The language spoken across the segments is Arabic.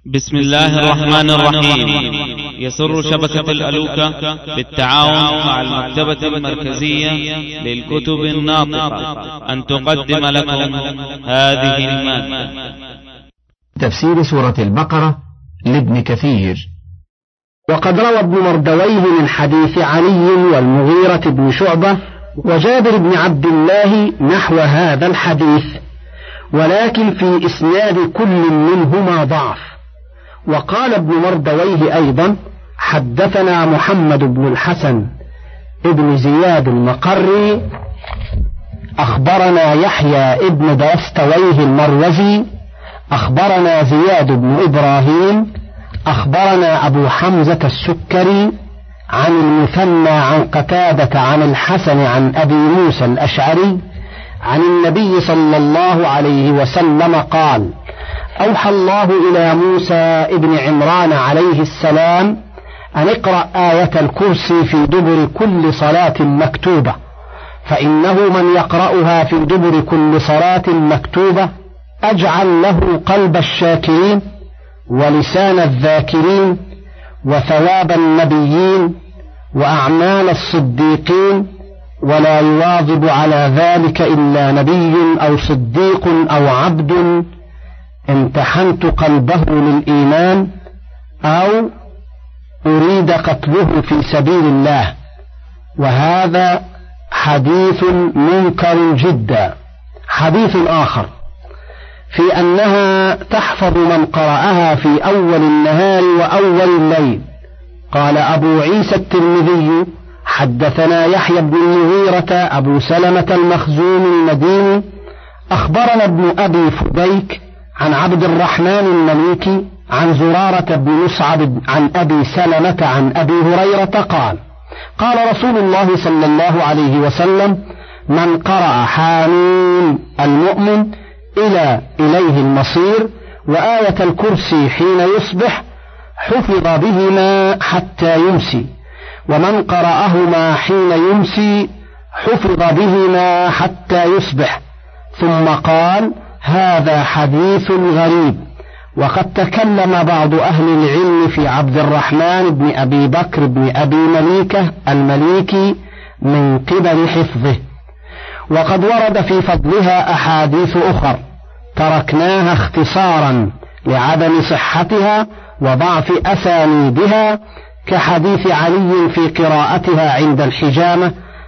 بسم الله الرحمن الرحيم. يسر شبكة الألوكة بالتعاون مع المكتبة المركزية للكتب الناطقة أن تقدم لكم هذه المادة. تفسير سورة البقرة لابن كثير. وقد روى ابن مردويه من حديث علي والمغيرة بن شعبة وجابر بن عبد الله نحو هذا الحديث، ولكن في إسناد كل منهما ضعف. وقال ابن مردويه أيضا: حدثنا محمد بن الحسن ابن زياد المقري أخبرنا يحيى ابن دستويه المروزي أخبرنا زياد بن إبراهيم أخبرنا أبو حمزة السكري عن المثنى عن قتادة عن الحسن عن أبي موسى الأشعري عن النبي صلى الله عليه وسلم قال: أوحى الله إلى موسى ابن عمران عليه السلام أن اقرأ آية الكرسي في دبر كل صلاة مكتوبة، فإنه من يقرأها في دبر كل صلاة مكتوبة أجعل له قلب الشاكرين ولسان الذاكرين وثواب النبيين وأعمال الصديقين، ولا يواظب على ذلك إلا نبي أو صديق أو عبد امتحنت قلبه للإيمان أو أريد قتله في سبيل الله. وهذا حديث منكر جدا. حديث آخر في أنها تحفظ من قرأها في أول النهار وأول الليل. قال أبو عيسى الترمذي: حدثنا يحيى بن المغيرة أبو سلمة المخزومي المديني أخبرنا ابن أبي فديك عن عبد الرحمن المليكي عن زرارة بن مصعب عن أبي سلمة عن أبي هريرة قال: قال رسول الله صلى الله عليه وسلم: من قرأ حامين المؤمن إليه المصير وآية الكرسي حين يصبح حفظ بهما حتى يمسي، ومن قرأهما حين يمسي حفظ بهما حتى يصبح. ثم قال: هذا حديث غريب. وقد تكلم بعض أهل العلم في عبد الرحمن بن أبي بكر بن أبي مليكة المليكي من قبل حفظه، وقد ورد في فضلها أحاديث أخر تركناها اختصارا لعدم صحتها وضعف أسانيدها، كحديث علي في قراءتها عند الحجامة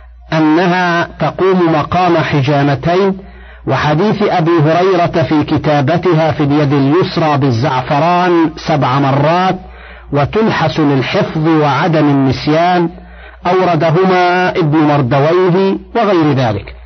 أنها تقوم مقام حجامتين، وحديث أبي هريرة في كتابتها في اليد اليسرى بالزعفران 7 مرات وتلحس للحفظ وعدم النسيان، أوردهما ابن مردويه وغير ذلك.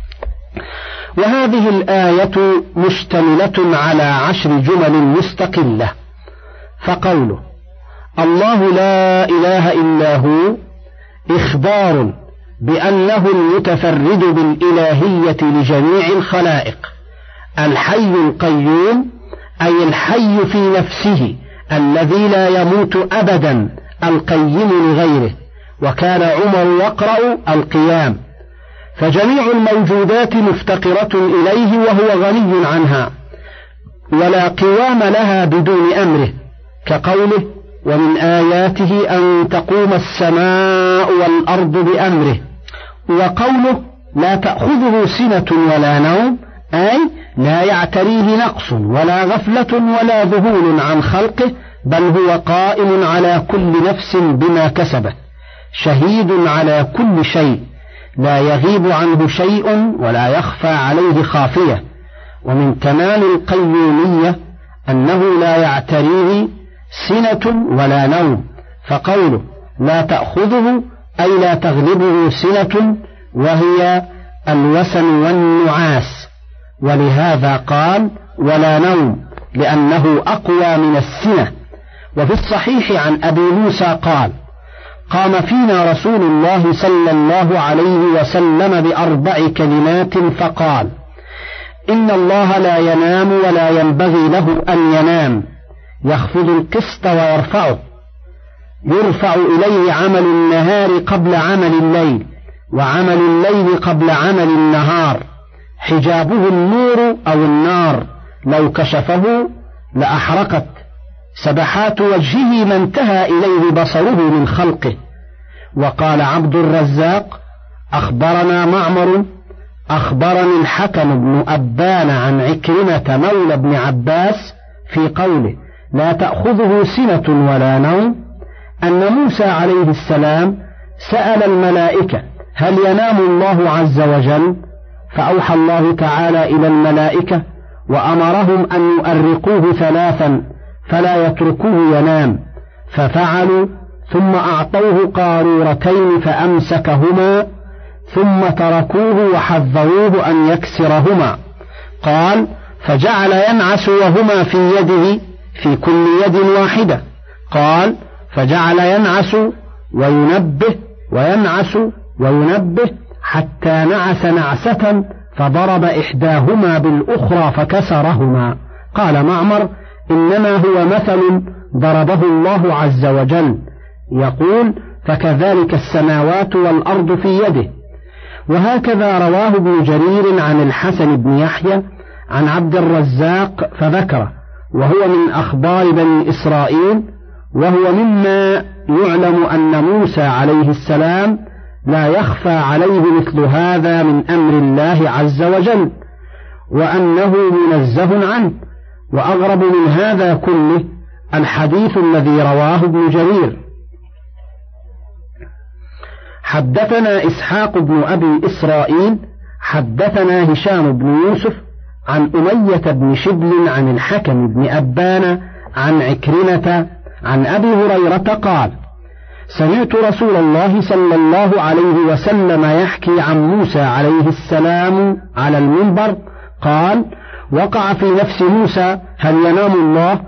وهذه الآية مشتملة على 10 جمل مستقلة. فقوله الله لا إله إلا هو إخبار بأنه المتفرد بالإلهية لجميع الخلائق، الحي القيوم أي الحي في نفسه الذي لا يموت أبدا، القيم لغيره. وكان عمر يقرأ القيام، فجميع الموجودات مفتقرة إليه وهو غني عنها، ولا قوام لها بدون أمره، كقوله: ومن آياته أن تقوم السماء والأرض بأمره. وقوله: لا تأخذه سنة ولا نوم، أي لا يعتريه نقص ولا غفلة ولا ذهول عن خلقه، بل هو قائم على كل نفس بما كسبت، شهيد على كل شيء، لا يغيب عنه شيء ولا يخفى عليه خافية. ومن تمام القيومية أنه لا يعتريه سنة ولا نوم، فقوله لا تأخذه أي لا تغلبه سنة وهي الوسن والنعاس، ولهذا قال ولا نوم لأنه أقوى من السنة. وفي الصحيح عن أبي موسى قال: قام فينا رسول الله صلى الله عليه وسلم ب4 كلمات فقال: إن الله لا ينام ولا ينبغي له أن ينام، يخفض القسط ويرفعه، يرفع إليه عمل النهار قبل عمل الليل، وعمل الليل قبل عمل النهار، حجابه النور أو النار، لو كشفه لأحرقت سبحات وجهه ما انتهى إليه بصره من خلقه. وقال عبد الرزاق أخبرنا معمر أخبرني الحكم بن أبان عن عكرمة مولى بن عباس في قوله لا تأخذه سنة ولا نوم أن موسى عليه السلام سأل الملائكة هل ينام الله عز وجل؟ فأوحى الله تعالى إلى الملائكة وأمرهم أن يؤرقوه 3 فلا يتركوه ينام، ففعلوا، ثم أعطوه قارورتين فأمسكهما، ثم تركوه وحذروه أن يكسرهما. قال فجعل ينعس وهما في يده في كل يد واحدة. قال فجعل ينعس وينبه وينعس وينبه حتى نعس نعسة فضرب إحداهما بالأخرى فكسرهما. قال معمر إنما هو مثل ضربه الله عز وجل. يقول فكذلك السماوات والأرض في يده. وهكذا رواه ابن جرير عن الحسن بن يحيى عن عبد الرزاق فذكره، وهو من أخبار بني إسرائيل، وهو مما يعلم أن موسى عليه السلام لا يخفى عليه مثل هذا من أمر الله عز وجل، وأنه منزه عنه. وأغرب من هذا كله الحديث الذي رواه ابن جرير. حدثنا إسحاق بن أبي إسرائيل حدثنا هشام بن يوسف عن أمية بن شبل عن الحكم بن أبان عن عكرمة عن أبي هريرة قال سمعت رسول الله صلى الله عليه وسلم يحكي عن موسى عليه السلام على المنبر قال وقع في نفس موسى هل ينام الله؟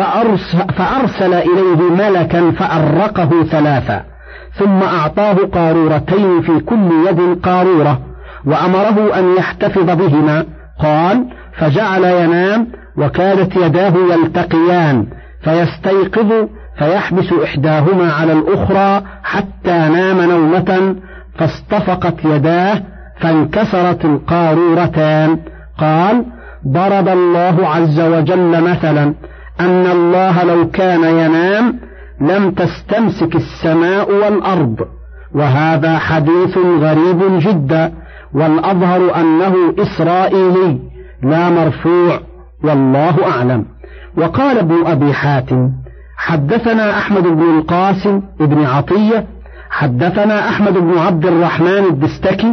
فأرسل إليه ملكا فأرقه 3 ثم أعطاه قارورتين في كل يد قارورة وأمره أن يحتفظ بهما. قال فجعل ينام وكادت يداه يلتقيان فيستيقظ فيحبس إحداهما على الأخرى حتى نام نومة فاصطفقت يداه فانكسرت القارورتان. قال ضرب الله عز وجل مثلا أن الله لو كان ينام لم تستمسك السماء والأرض. وهذا حديث غريب جدا، والأظهر أنه إسرائيلي لا مرفوع، والله أعلم. وقال ابن أبي حاتم حدثنا أحمد بن القاسم بن عطية حدثنا أحمد بن عبد الرحمن الدستكي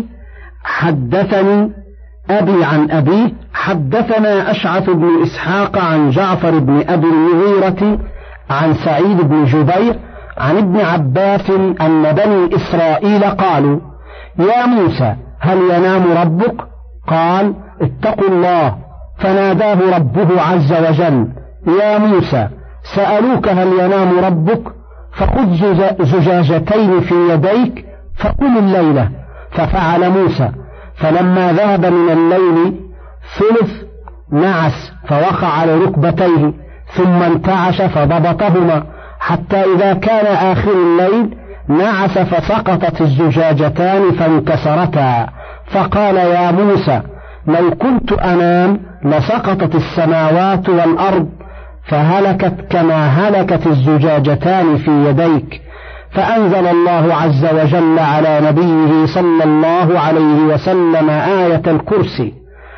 حدثني أبي عن أبيه حدثنا أشعث بن إسحاق عن جعفر بن أبي المغيرة عن سعيد بن جبير عن ابن عباس أن بني إسرائيل قالوا يا موسى هل ينام ربك؟ قال اتقوا الله. فناداه ربه عز وجل يا موسى سألوك هل ينام ربك؟ فخذ زجاجتين في يديك فقم الليلة. ففعل موسى، فلما ذهب من الليل ثلث نعس فوقع لركبتيه ثم انتعش فضبطهما حتى إذا كان آخر الليل نعس فسقطت الزجاجتان فانكسرتا. فقال يا موسى لو كنت أنام لسقطت السماوات والأرض فهلكت كما هلكت الزجاجتان في يديك. فأنزل الله عز وجل على نبيه صلى الله عليه وسلم آية الكرسي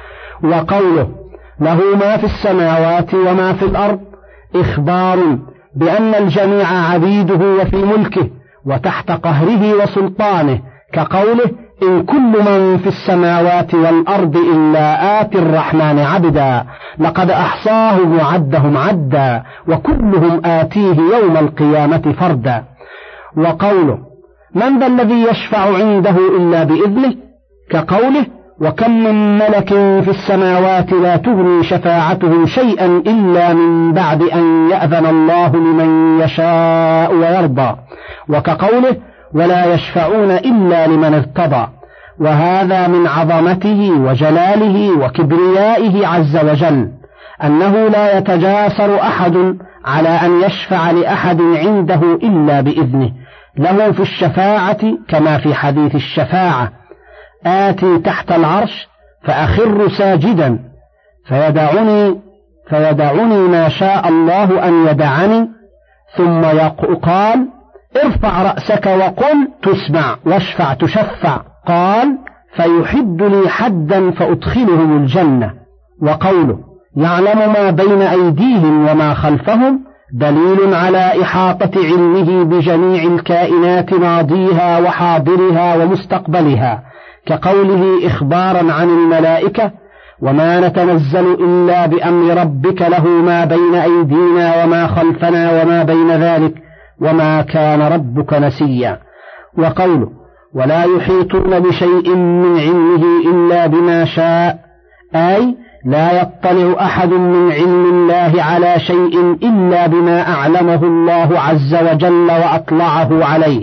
وقوله له ما في السماوات وما في الأرض إخبار بأن الجميع عبيده وفي ملكه وتحت قهره وسلطانه، كقوله إن كل من في السماوات والأرض إلا آتي الرحمن عبدا لقد أحصاهم وعدهم عدا وكلهم آتيه يوم القيامة فردا. وقوله من ذا الذي يشفع عنده إلا بإذنه، كقوله وكم من ملك في السماوات لا تغني شفاعتهم شيئا إلا من بعد أن يأذن الله لمن يشاء ويرضى، وكقوله ولا يشفعون إلا لمن ارتضى. وهذا من عظمته وجلاله وكبريائه عز وجل أنه لا يتجاسر أحد على أن يشفع لأحد عنده إلا بإذنه، له في الشفاعة كما في حديث الشفاعة آتي تحت العرش فأخر ساجدا فيدعني ما شاء الله أن يدعني، ثم قال ارفع رأسك وقل تسمع واشفع تشفع، قال فيحد لي حدا فأدخلهم الجنة. وقوله يعلم ما بين أيديهم وما خلفهم دليل على إحاطة علمه بجميع الكائنات ماضيها وحاضرها ومستقبلها، كقوله إخبارا عن الملائكة وما نتنزل إلا بأمر ربك له ما بين أيدينا وما خلفنا وما بين ذلك وما كان ربك نسيا. وقوله ولا يحيطون بشيء من علمه إلا بما شاء، أي لا يطلع أحد من علم الله على شيء إلا بما أعلمه الله عز وجل وأطلعه عليه.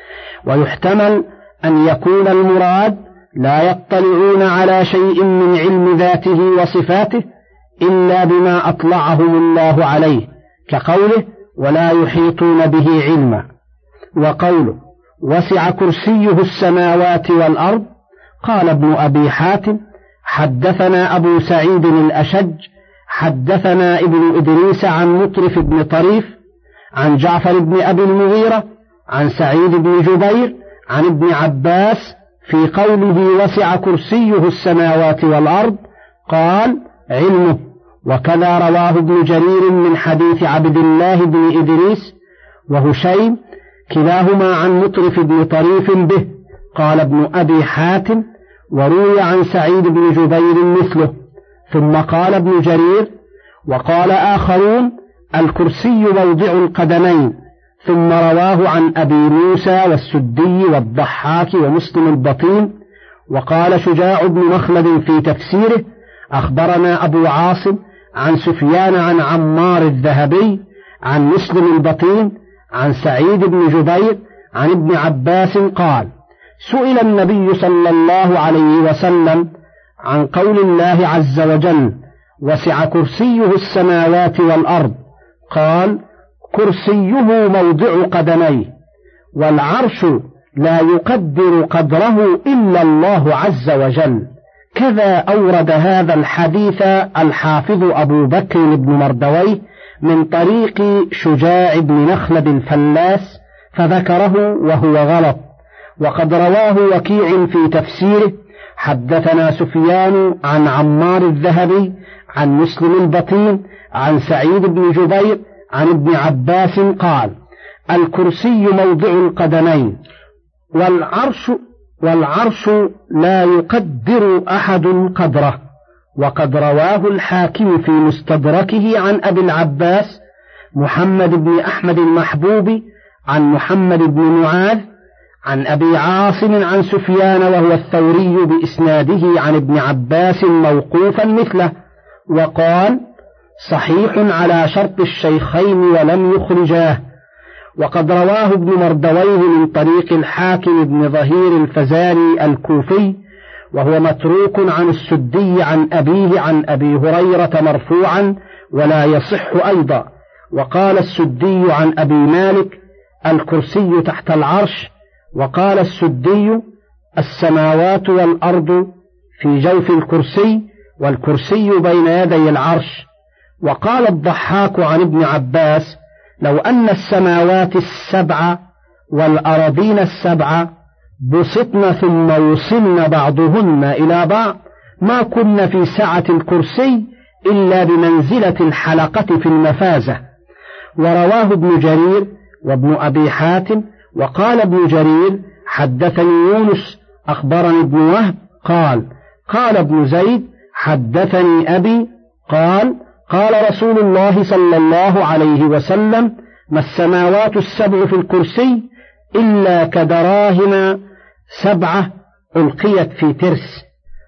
ويحتمل أن يكون المراد لا يطلعون على شيء من علم ذاته وصفاته إلا بما أطلعهم الله عليه، كقوله ولا يحيطون به علما. وقوله وسع كرسيه السماوات والأرض، قال ابن أبي حاتم حدثنا أبو سعيد الأشج حدثنا ابن إدريس عن مطرف بن طريف عن جعفر بن أبي المغيرة عن سعيد بن جبير عن ابن عباس في قوله وسع كرسيه السماوات والأرض قال علمه. وكذا رواه ابن جرير من حديث عبد الله بن إدريس وهشيم كلاهما عن مطرف بن طريف به. قال ابن أبي حاتم وروي عن سعيد بن جبير مثله. ثم قال ابن جرير وقال آخرون الكرسي موضع القدمين. ثم رواه عن أبي موسى والسدي والضحاك ومسلم البطين. وقال شجاع بن مخلد في تفسيره أخبرنا أبو عاصم عن سفيان عن عمار الذهبي عن مسلم البطين عن سعيد بن جبير عن ابن عباس قال سئل النبي صلى الله عليه وسلم عن قول الله عز وجل وسع كرسيه السماوات والأرض، قال كرسيه موضع قدميه، والعرش لا يقدر قدره إلا الله عز وجل. كذا أورد هذا الحديث الحافظ أبو بكر بن مردويه من طريق شجاع بن مخلد الفلاس فذكره وهو غلط. وقد رواه وكيع في تفسيره حدثنا سفيان عن عمار الذهبي عن مسلم البطين عن سعيد بن جبير عن ابن عباس قال الكرسي موضع القدمين والعرش لا يقدر أحد قدره. وقد رواه الحاكم في مستدركه عن أبي العباس محمد بن أحمد المحبوب عن محمد بن معاذ عن أبي عاصم عن سفيان وهو الثوري بإسناده عن ابن عباس موقوفا مثله، وقال صحيح على شرط الشيخين ولم يخرجاه. وقد رواه ابن مردويه من طريق الحاكم بن ظهير الفزاري الكوفي وهو متروك عن السدي عن أبيه عن أبي هريرة مرفوعا ولا يصح أيضا. وقال السدي عن أبي مالك الكرسي تحت العرش، وقال السدي السماوات والأرض في جوف الكرسي والكرسي بين يدي العرش. وقال الضحاك عن ابن عباس لو أن السماوات السبع والأراضين السبع بسطن ثم وصلن بعضهن إلى بعض ما كن في سعة الكرسي إلا بمنزلة الحلقة في المفازة. ورواه ابن جرير وابن أبي حاتم. وقال ابن جرير حدثني يونس أخبرني ابن وهب قال ابن زيد حدثني أبي قال رسول الله صلى الله عليه وسلم ما السماوات السبع في الكرسي إلا كدراهم 7 ألقيت في ترس.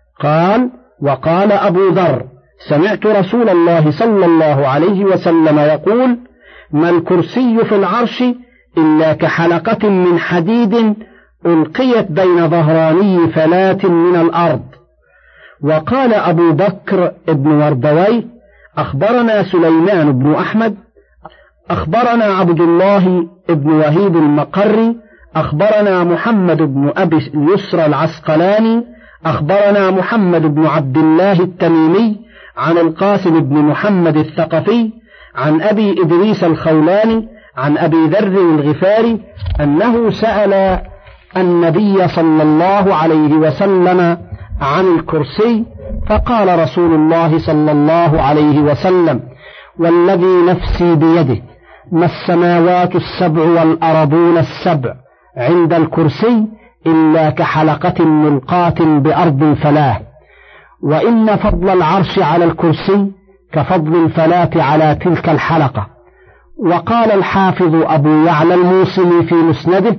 وقال أبو ذر سمعت رسول الله صلى الله عليه وسلم يقول ما الكرسي في العرش إلا كحلقة من حديد ألقيت بين ظهراني فلاة من الأرض. وقال أبو بكر بن مردويه أخبرنا سليمان بن أحمد أخبرنا عبد الله بن وهيب المقري أخبرنا محمد بن أبي اليسر العسقلاني أخبرنا محمد بن عبد الله التميمي عن القاسم بن محمد الثقفي عن أبي إدريس الخولاني عن أبي ذر الغفاري أنه سأل النبي صلى الله عليه وسلم عن الكرسي، فقال رسول الله صلى الله عليه وسلم: والذي نفسي بيده ما السماوات السبع والأرضون السبع عند الكرسي إلا كحلقة ملقاة بأرض فلاة، وإن فضل العرش على الكرسي كفضل الفلاة على تلك الحلقة. وقال الحافظ أبو يعلى الموصلي في مسنده: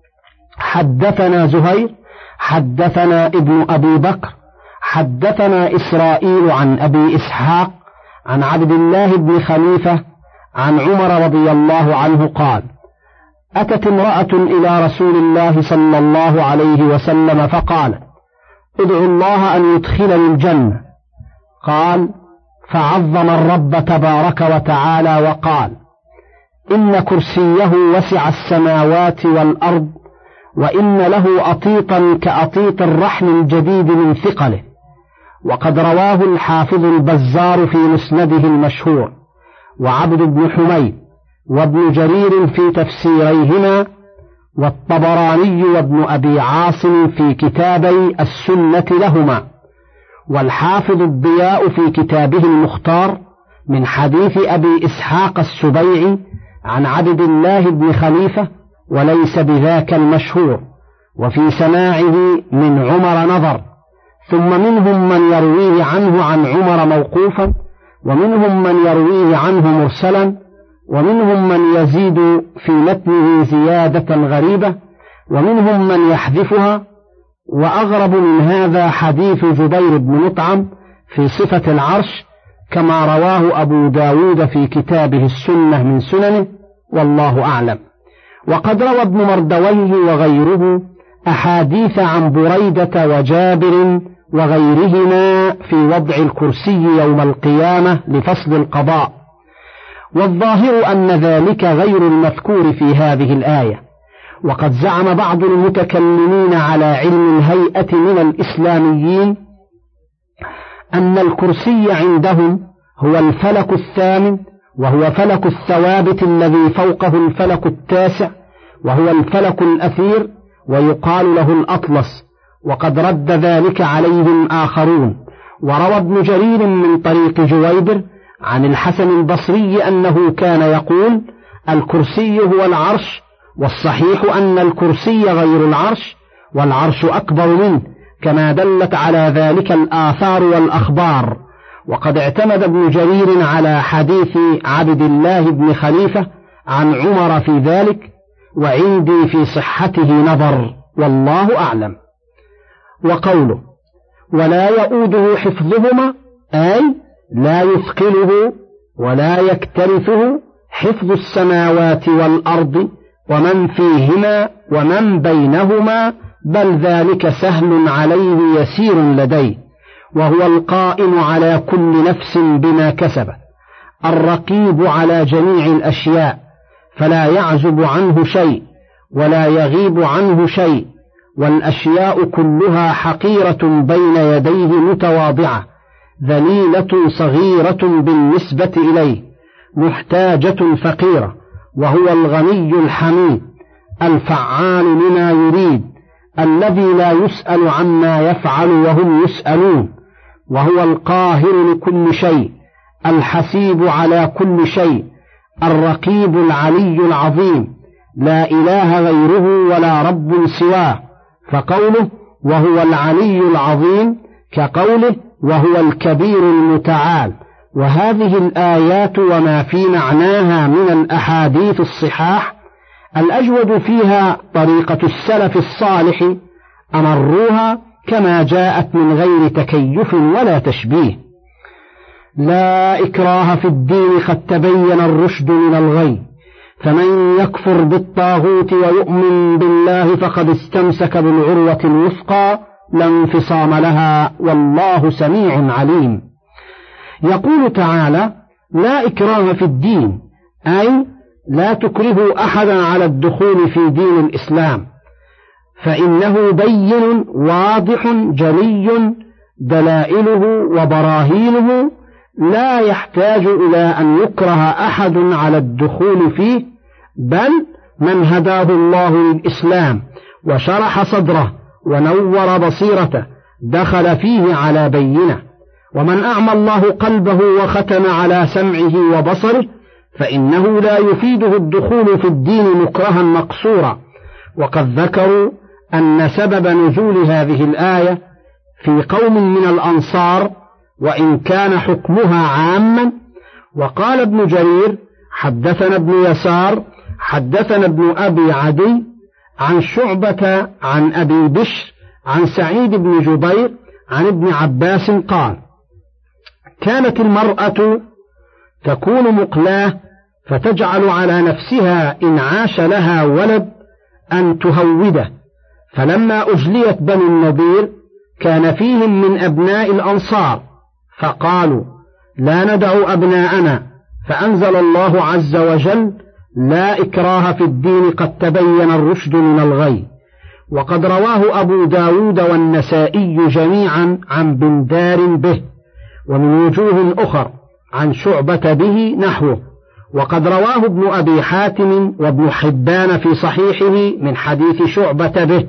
حدثنا زهير حدثنا ابن أبي بكر حدثنا إسرائيل عن أبي إسحاق عن عبد الله بن خليفة عن عمر رضي الله عنه قال: أتت امرأة إلى رسول الله صلى الله عليه وسلم فقالت: ادعو الله أن يدخلني الجنة. قال: فعظم الرب تبارك وتعالى وقال: إن كرسيه وسع السماوات والأرض، وإن له أطيطا كأطيط الرحم الجديد من ثقله. وقد رواه الحافظ البزار في مسنده المشهور، وعبد بن حميد وابن جرير في تفسيريهما، والطبراني وابن أبي عاصم في كتابي السنة لهما، والحافظ الضياء في كتابه المختار من حديث أبي إسحاق السبيعي عن عبد الله بن خليفة، وليس بذاك المشهور، وفي سماعه من عمر نظر. ثم منهم من يرويه عنه عن عمر موقوفا، ومنهم من يرويه عنه مرسلا، ومنهم من يزيد في متنه زيادة غريبة، ومنهم من يحذفها. وأغرب من هذا حديث جبير بن مطعم في صفة العرش، كما رواه أبو داود في كتابه السنة من سننه، والله أعلم. وقد روى ابن مردويه وغيره أحاديث عن بريدة وجابر وغيرهما في وضع الكرسي يوم القيامة لفصل القضاء، والظاهر أن ذلك غير المذكور في هذه الآية. وقد زعم بعض المتكلمين على علم الهيئة من الإسلاميين أن الكرسي عندهم هو الفلك الثامن، وهو فلك الثوابت الذي فوقه الفلك التاسع، وهو الفلك الأثير، ويقال له الأطلس. وقد رد ذلك عليهم آخرون. وروى ابن جرير من طريق جويبر عن الحسن البصري أنه كان يقول: الكرسي هو العرش، والصحيح أن الكرسي غير العرش، والعرش أكبر منه، كما دلت على ذلك الآثار والأخبار. وقد اعتمد ابن جرير على حديث عبد الله بن خليفة عن عمر في ذلك، وعندي في صحته نظر، والله أعلم. وقوله: ولا يؤوده حفظهما، أي لا يثقله ولا يكترثه حفظ السماوات والأرض ومن فيهما ومن بينهما، بل ذلك سهل عليه يسير لديه، وهو القائم على كل نفس بما كسبت، الرقيب على جميع الأشياء، فلا يعزب عنه شيء ولا يغيب عنه شيء، والأشياء كلها حقيرة بين يديه متواضعة، ذليلة صغيرة بالنسبة إليه، محتاجة فقيرة، وهو الغني الحميد الفعال لما يريد، الذي لا يسأل عما يفعل وهم يسألون، وهو القاهر لكل شيء، الحسيب على كل شيء، الرقيب العلي العظيم، لا إله غيره ولا رب سواه. فقوله وهو العلي العظيم كقوله وهو الكبير المتعال. وهذه الآيات وما في معناها من الأحاديث الصحاح الأجود فيها طريقة السلف الصالح، أمروها كما جاءت من غير تكيف ولا تشبيه. لا إكراه في الدين، قد تبين الرشد من الغي، فمن يكفر بالطاغوت ويؤمن بالله فقد استمسك بالعروة الوثقى لا انفصام لها، والله سميع عليم. يقول تعالى: لا إكراه في الدين، أي لا تكرهوا أحدا على الدخول في دين الإسلام، فإنه بين واضح جلي دلائله وبراهينه، لا يحتاج إلى أن يكره أحد على الدخول فيه، بل من هداه الله للإسلام وشرح صدره ونور بصيرته دخل فيه على بينة، ومن أعمى الله قلبه وختم على سمعه وبصره فإنه لا يفيده الدخول في الدين مكرها مقصورا. وقد ذكروا أن سبب نزول هذه الآية في قوم من الأنصار، وإن كان حكمها عاما. وقال ابن جرير حدثنا ابن يسار حدثنا ابن أبي عدي عن شعبة عن أبي بشر عن سعيد بن جبير عن ابن عباس قال: كانت المرأة تكون مقلاة فتجعل على نفسها إن عاش لها ولد أن تهوده، فلما أجليت بني النضير كان فيهم من أبناء الأنصار فقالوا: لا ندع أبناءنا، فأنزل الله عز وجل: لا إكراه في الدين قد تبين الرشد من الغي. وقد رواه أبو داود والنسائي جميعا عن بندار به، ومن وجوه أخر عن شعبة به نحوه. وقد رواه ابن أبي حاتم وابن حبان في صحيحه من حديث شعبة به.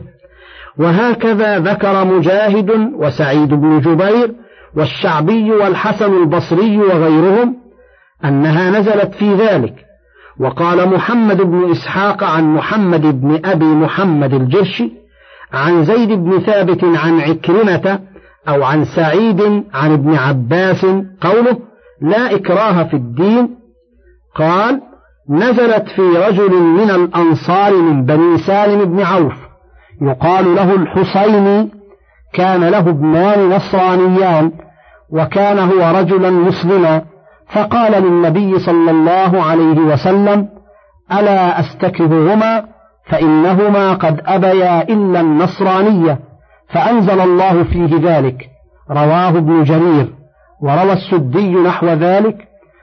وهكذا ذكر مجاهد وسعيد بن جبير والشعبي والحسن البصري وغيرهم أنها نزلت في ذلك. وقال محمد بن إسحاق عن محمد بن أبي محمد الجرشي عن زيد بن ثابت عن عكرمة أو عن سعيد عن ابن عباس قوله: لا إكراه في الدين، قال: نزلت في رجل من الأنصار من بني سالم بن عوف يقال له الحسين، كان له ابنان نصرانيان، وكان هو رجلا مسلما، فقال للنبي صلى الله عليه وسلم: ألا أستكرههما فإنهما قد أبيا إلا النصرانية، فأنزل الله فيه ذلك. رواه ابن جرير. وروى السدي نحو ذلك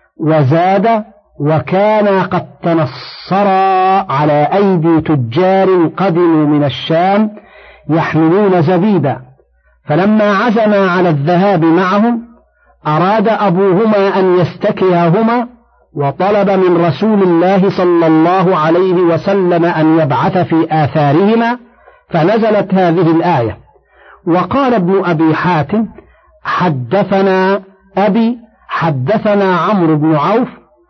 وزاد: وكان قد تنصرا على أيدي تجار قدموا من الشام يحملون زبيبا، فلما عزما على الذهاب معهم أراد أبوهما أن يستكرههما، وطلب من رسول الله صلى الله عليه وسلم أن يبعث في آثارهما، فنزلت هذه الآية. وقال ابن أبي حاتم: حدثنا أبي حدثنا عمرو بن عوف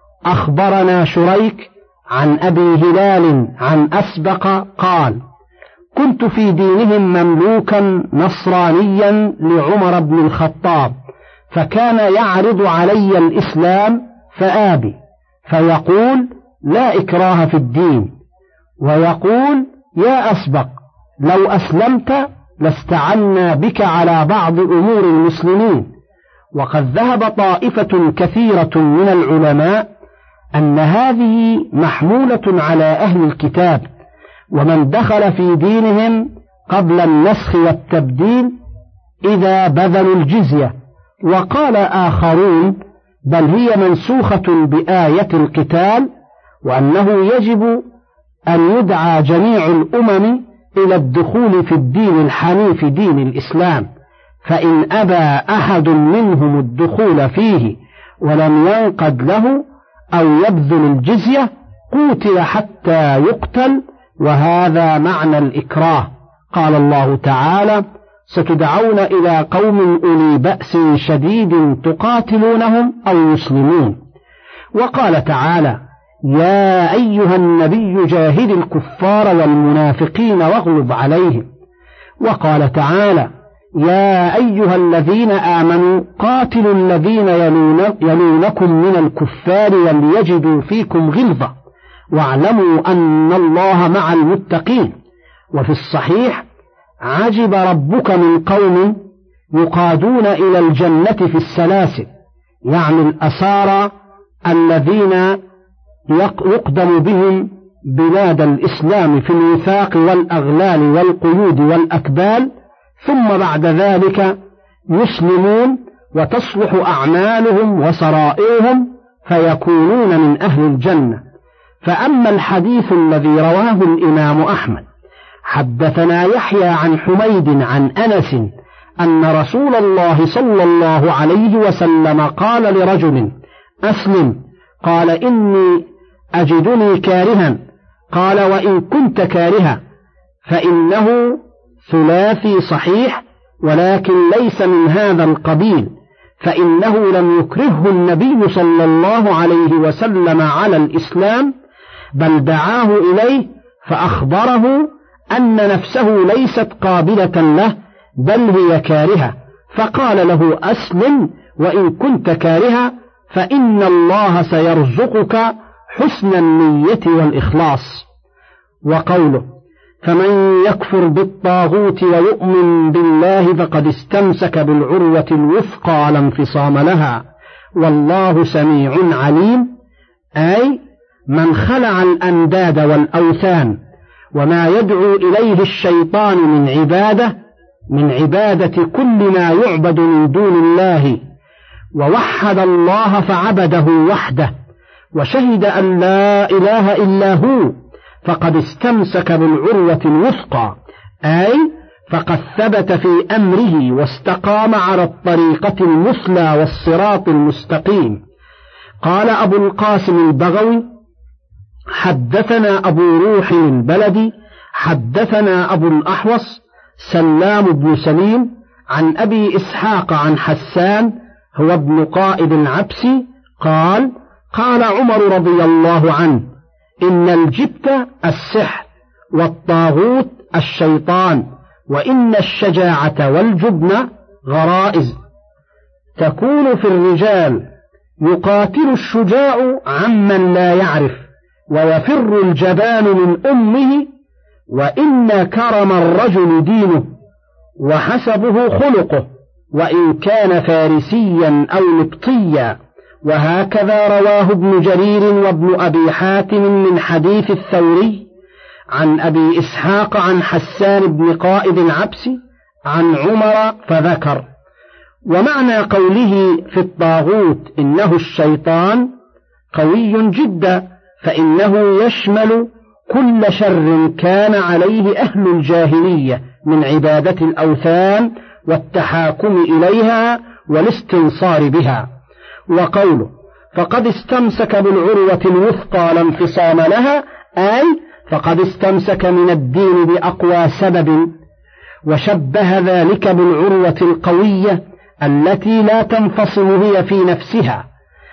أخبرنا شريك عن أبي هلال عن أسبق قال: كنت في دينهم مملوكا نصرانيا لعمر بن الخطاب، فكان يعرض علي الإسلام فآبي، فيقول: لا إكراه في الدين، ويقول: يا أسبق لو أسلمت لاستعنا بك على بعض أمور المسلمين. وقد ذهب طائفة كثيرة من العلماء أن هذه محمولة على أهل الكتاب ومن دخل في دينهم قبل النسخ والتبديل إذا بذلوا الجزية. وقال آخرون: بل هي منسوخة بآية القتال، وأنه يجب أن يدعى جميع الأمم إلى الدخول في الدين الحنيف دين الإسلام، فإن أبى أحد منهم الدخول فيه ولم ينقد له أو يبذل الجزية قوتل حتى يقتل، وهذا معنى الإكراه. قال الله تعالى: ستدعون إلى قوم أولي بأس شديد تقاتلونهم أو يسلمون. وقال تعالى: يا أيها النبي جاهد الكفار والمنافقين واغلظ عليهم. وقال تعالى: يا أيها الذين آمنوا قاتلوا الذين يلونكم من الكفار وليجدوا فيكم غلظة واعلموا أن الله مع المتقين. وفي الصحيح: عجب ربك من قوم يقادون إلى الجنة في السلاسل، يعني الأسارى الذين يقدم بهم بلاد الإسلام في الوثاق والأغلال والقيود والأكبال، ثم بعد ذلك يسلمون وتصلح أعمالهم وسرائرهم فيكونون من أهل الجنة. فأما الحديث الذي رواه الإمام أحمد: حدثنا يحيى عن حميد عن أنس أن رسول الله صلى الله عليه وسلم قال لرجل: أسلم. قال: إني أجدني كارها. قال: وإن كنت كارها فإنه ثلاثي صحيح، ولكن ليس من هذا القبيل، فإنه لم يكرهه النبي صلى الله عليه وسلم على الإسلام، بل دعاه إليه فأخبره أن نفسه ليست قابلة له، بل هي كارهة، فقال له: أسلم وإن كنت كارها، فإن الله سيرزقك حسن النية والإخلاص. وقوله: فمن يكفر بالطاغوت ويؤمن بالله فقد استمسك بالعروة الوثقى لا انفصام لها والله سميع عليم، أي من خلع الأنداد والأوثان وما يدعو إليه الشيطان من عبادة كل ما يعبد من دون الله، ووحد الله فعبده وحده، وشهد أن لا إله إلا هو، فقد استمسك بالعروة الوثقى، أي فقد ثبت في أمره واستقام على الطريقة المثلى والصراط المستقيم. قال أبو القاسم البغوي: حدثنا أبو روح البلدي حدثنا أبو الأحوص سلام بن سليم عن أبي إسحاق عن حسان هو ابن قائد العبسي قال: قال عمر رضي الله عنه: إن الجبت السحر والطاغوت الشيطان، وإن الشجاعة والجبن غرائز تكون في الرجال، يقاتل الشجاع عمن لا يعرف، ويفر الجبان من أمه، وإن كرم الرجل دينه وحسبه خلقه، وإن كان فارسيا أو نبطيا. وهكذا رواه ابن جرير وابن أبي حاتم من حديث الثوري عن أبي إسحاق عن حسان بن قائد العبسي عن عمر فذكر. ومعنى قوله في الطاغوت إنه الشيطان قوي جدا، فإنه يشمل كل شر كان عليه أهل الجاهلية من عبادة الأوثان والتحاكم إليها والاستنصار بها. وقوله: فقد استمسك بالعروة الوثقى لا انفصام لها، أي فقد استمسك من الدين بأقوى سبب، وشبه ذلك بالعروة القوية التي لا تنفصم هي في نفسها،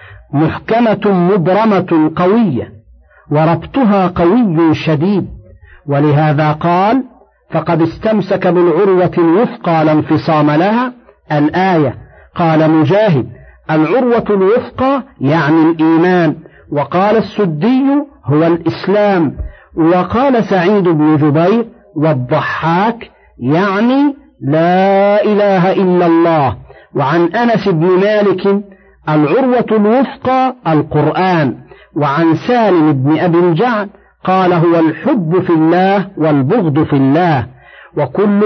محكمة مبرمة قوية، وربطها قوي شديد. ولهذا قال: فقد استمسك بالعروة الوثقى لا انفصام لها الآية. قال مجاهد: العروة الوثقى يعني الإيمان، وقال السدي: هو الإسلام، وقال سعيد بن جبير والضحاك: يعني لا إله إلا الله. وعن أنس بن مالك: العروة الوثقى القرآن. وعن سالم بن أبي الجعد قال: هو الحب في الله والبغض في الله. وكل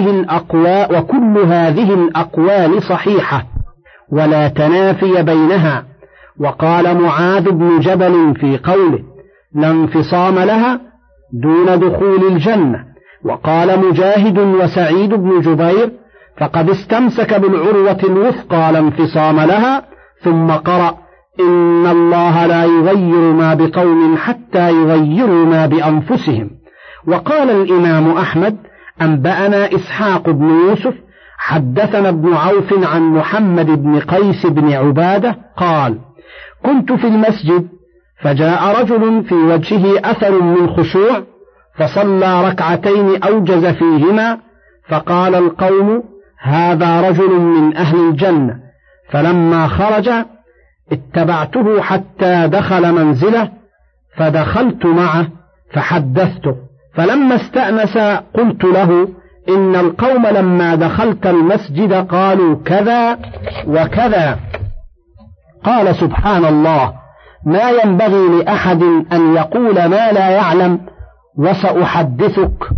هذه الأقوال صحيحة ولا تنافي بينها. وقال معاذ بن جبل في قوله: لا انفصام لها دون دخول الجنة. وقال مجاهد وسعيد بن جبير: فقد استمسك بالعروة الوثقى لا انفصام لها، ثم قرأ: إن الله لا يغير ما بقوم حتى يغيروا ما بأنفسهم. وقال الإمام أحمد: أنبأنا إسحاق بن يوسف حدثنا ابن عوف عن محمد بن قيس بن عبادة قال: كنت في المسجد فجاء رجل في وجهه أثر من خشوع، فصلى ركعتين أوجز فيهما، فقال القوم: هذا رجل من أهل الجنة. فلما خرج اتبعته حتى دخل منزله، فدخلت معه فحدثته، فلما استأنس قلت له: إن القوم لما دخلت المسجد قالوا كذا وكذا. قال: سبحان الله، ما ينبغي لأحد أن يقول ما لا يعلم، وسأحدثك.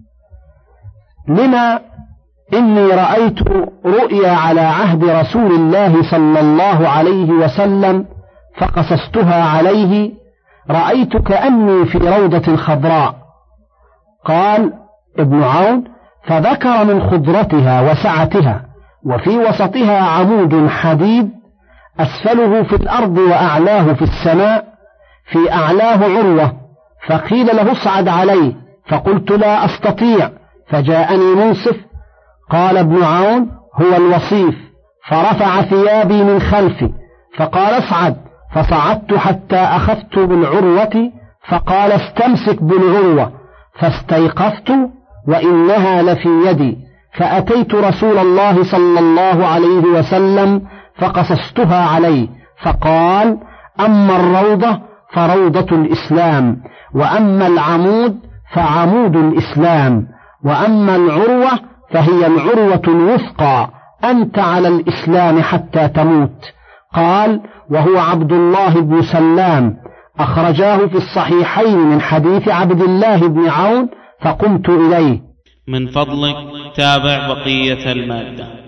لما إني رأيت رؤيا على عهد رسول الله صلى الله عليه وسلم فقصصتها عليه، رأيت كأني في روضة خضراء. قال ابن عون: فذكر من خضرتها وسعتها: وفي وسطها عمود حديد أسفله في الأرض وأعلاه في السماء، في أعلاه عروة، فقيل له اصعد عليه، فقلت لا أستطيع، فجاءني منصف قال ابن عون: هو الوصيف، فرفع ثيابي من خلفي فقال اصعد، فصعدت حتى أخذت بالعروة، فقال استمسك بالعروة، فاستيقظت وإنها لفي يدي، فأتيت رسول الله صلى الله عليه وسلم فقصصتها عليه، فقال: أما الروضة فروضة الإسلام، وأما العمود فعمود الإسلام، وأما العروة فهي العروة الوثقى، أنت على الإسلام حتى تموت. قال: وهو عبد الله بن سلام، أخرجاه في الصحيحين من حديث عبد الله بن عون، فقمت إليه. من فضلك تابع بقية المادة.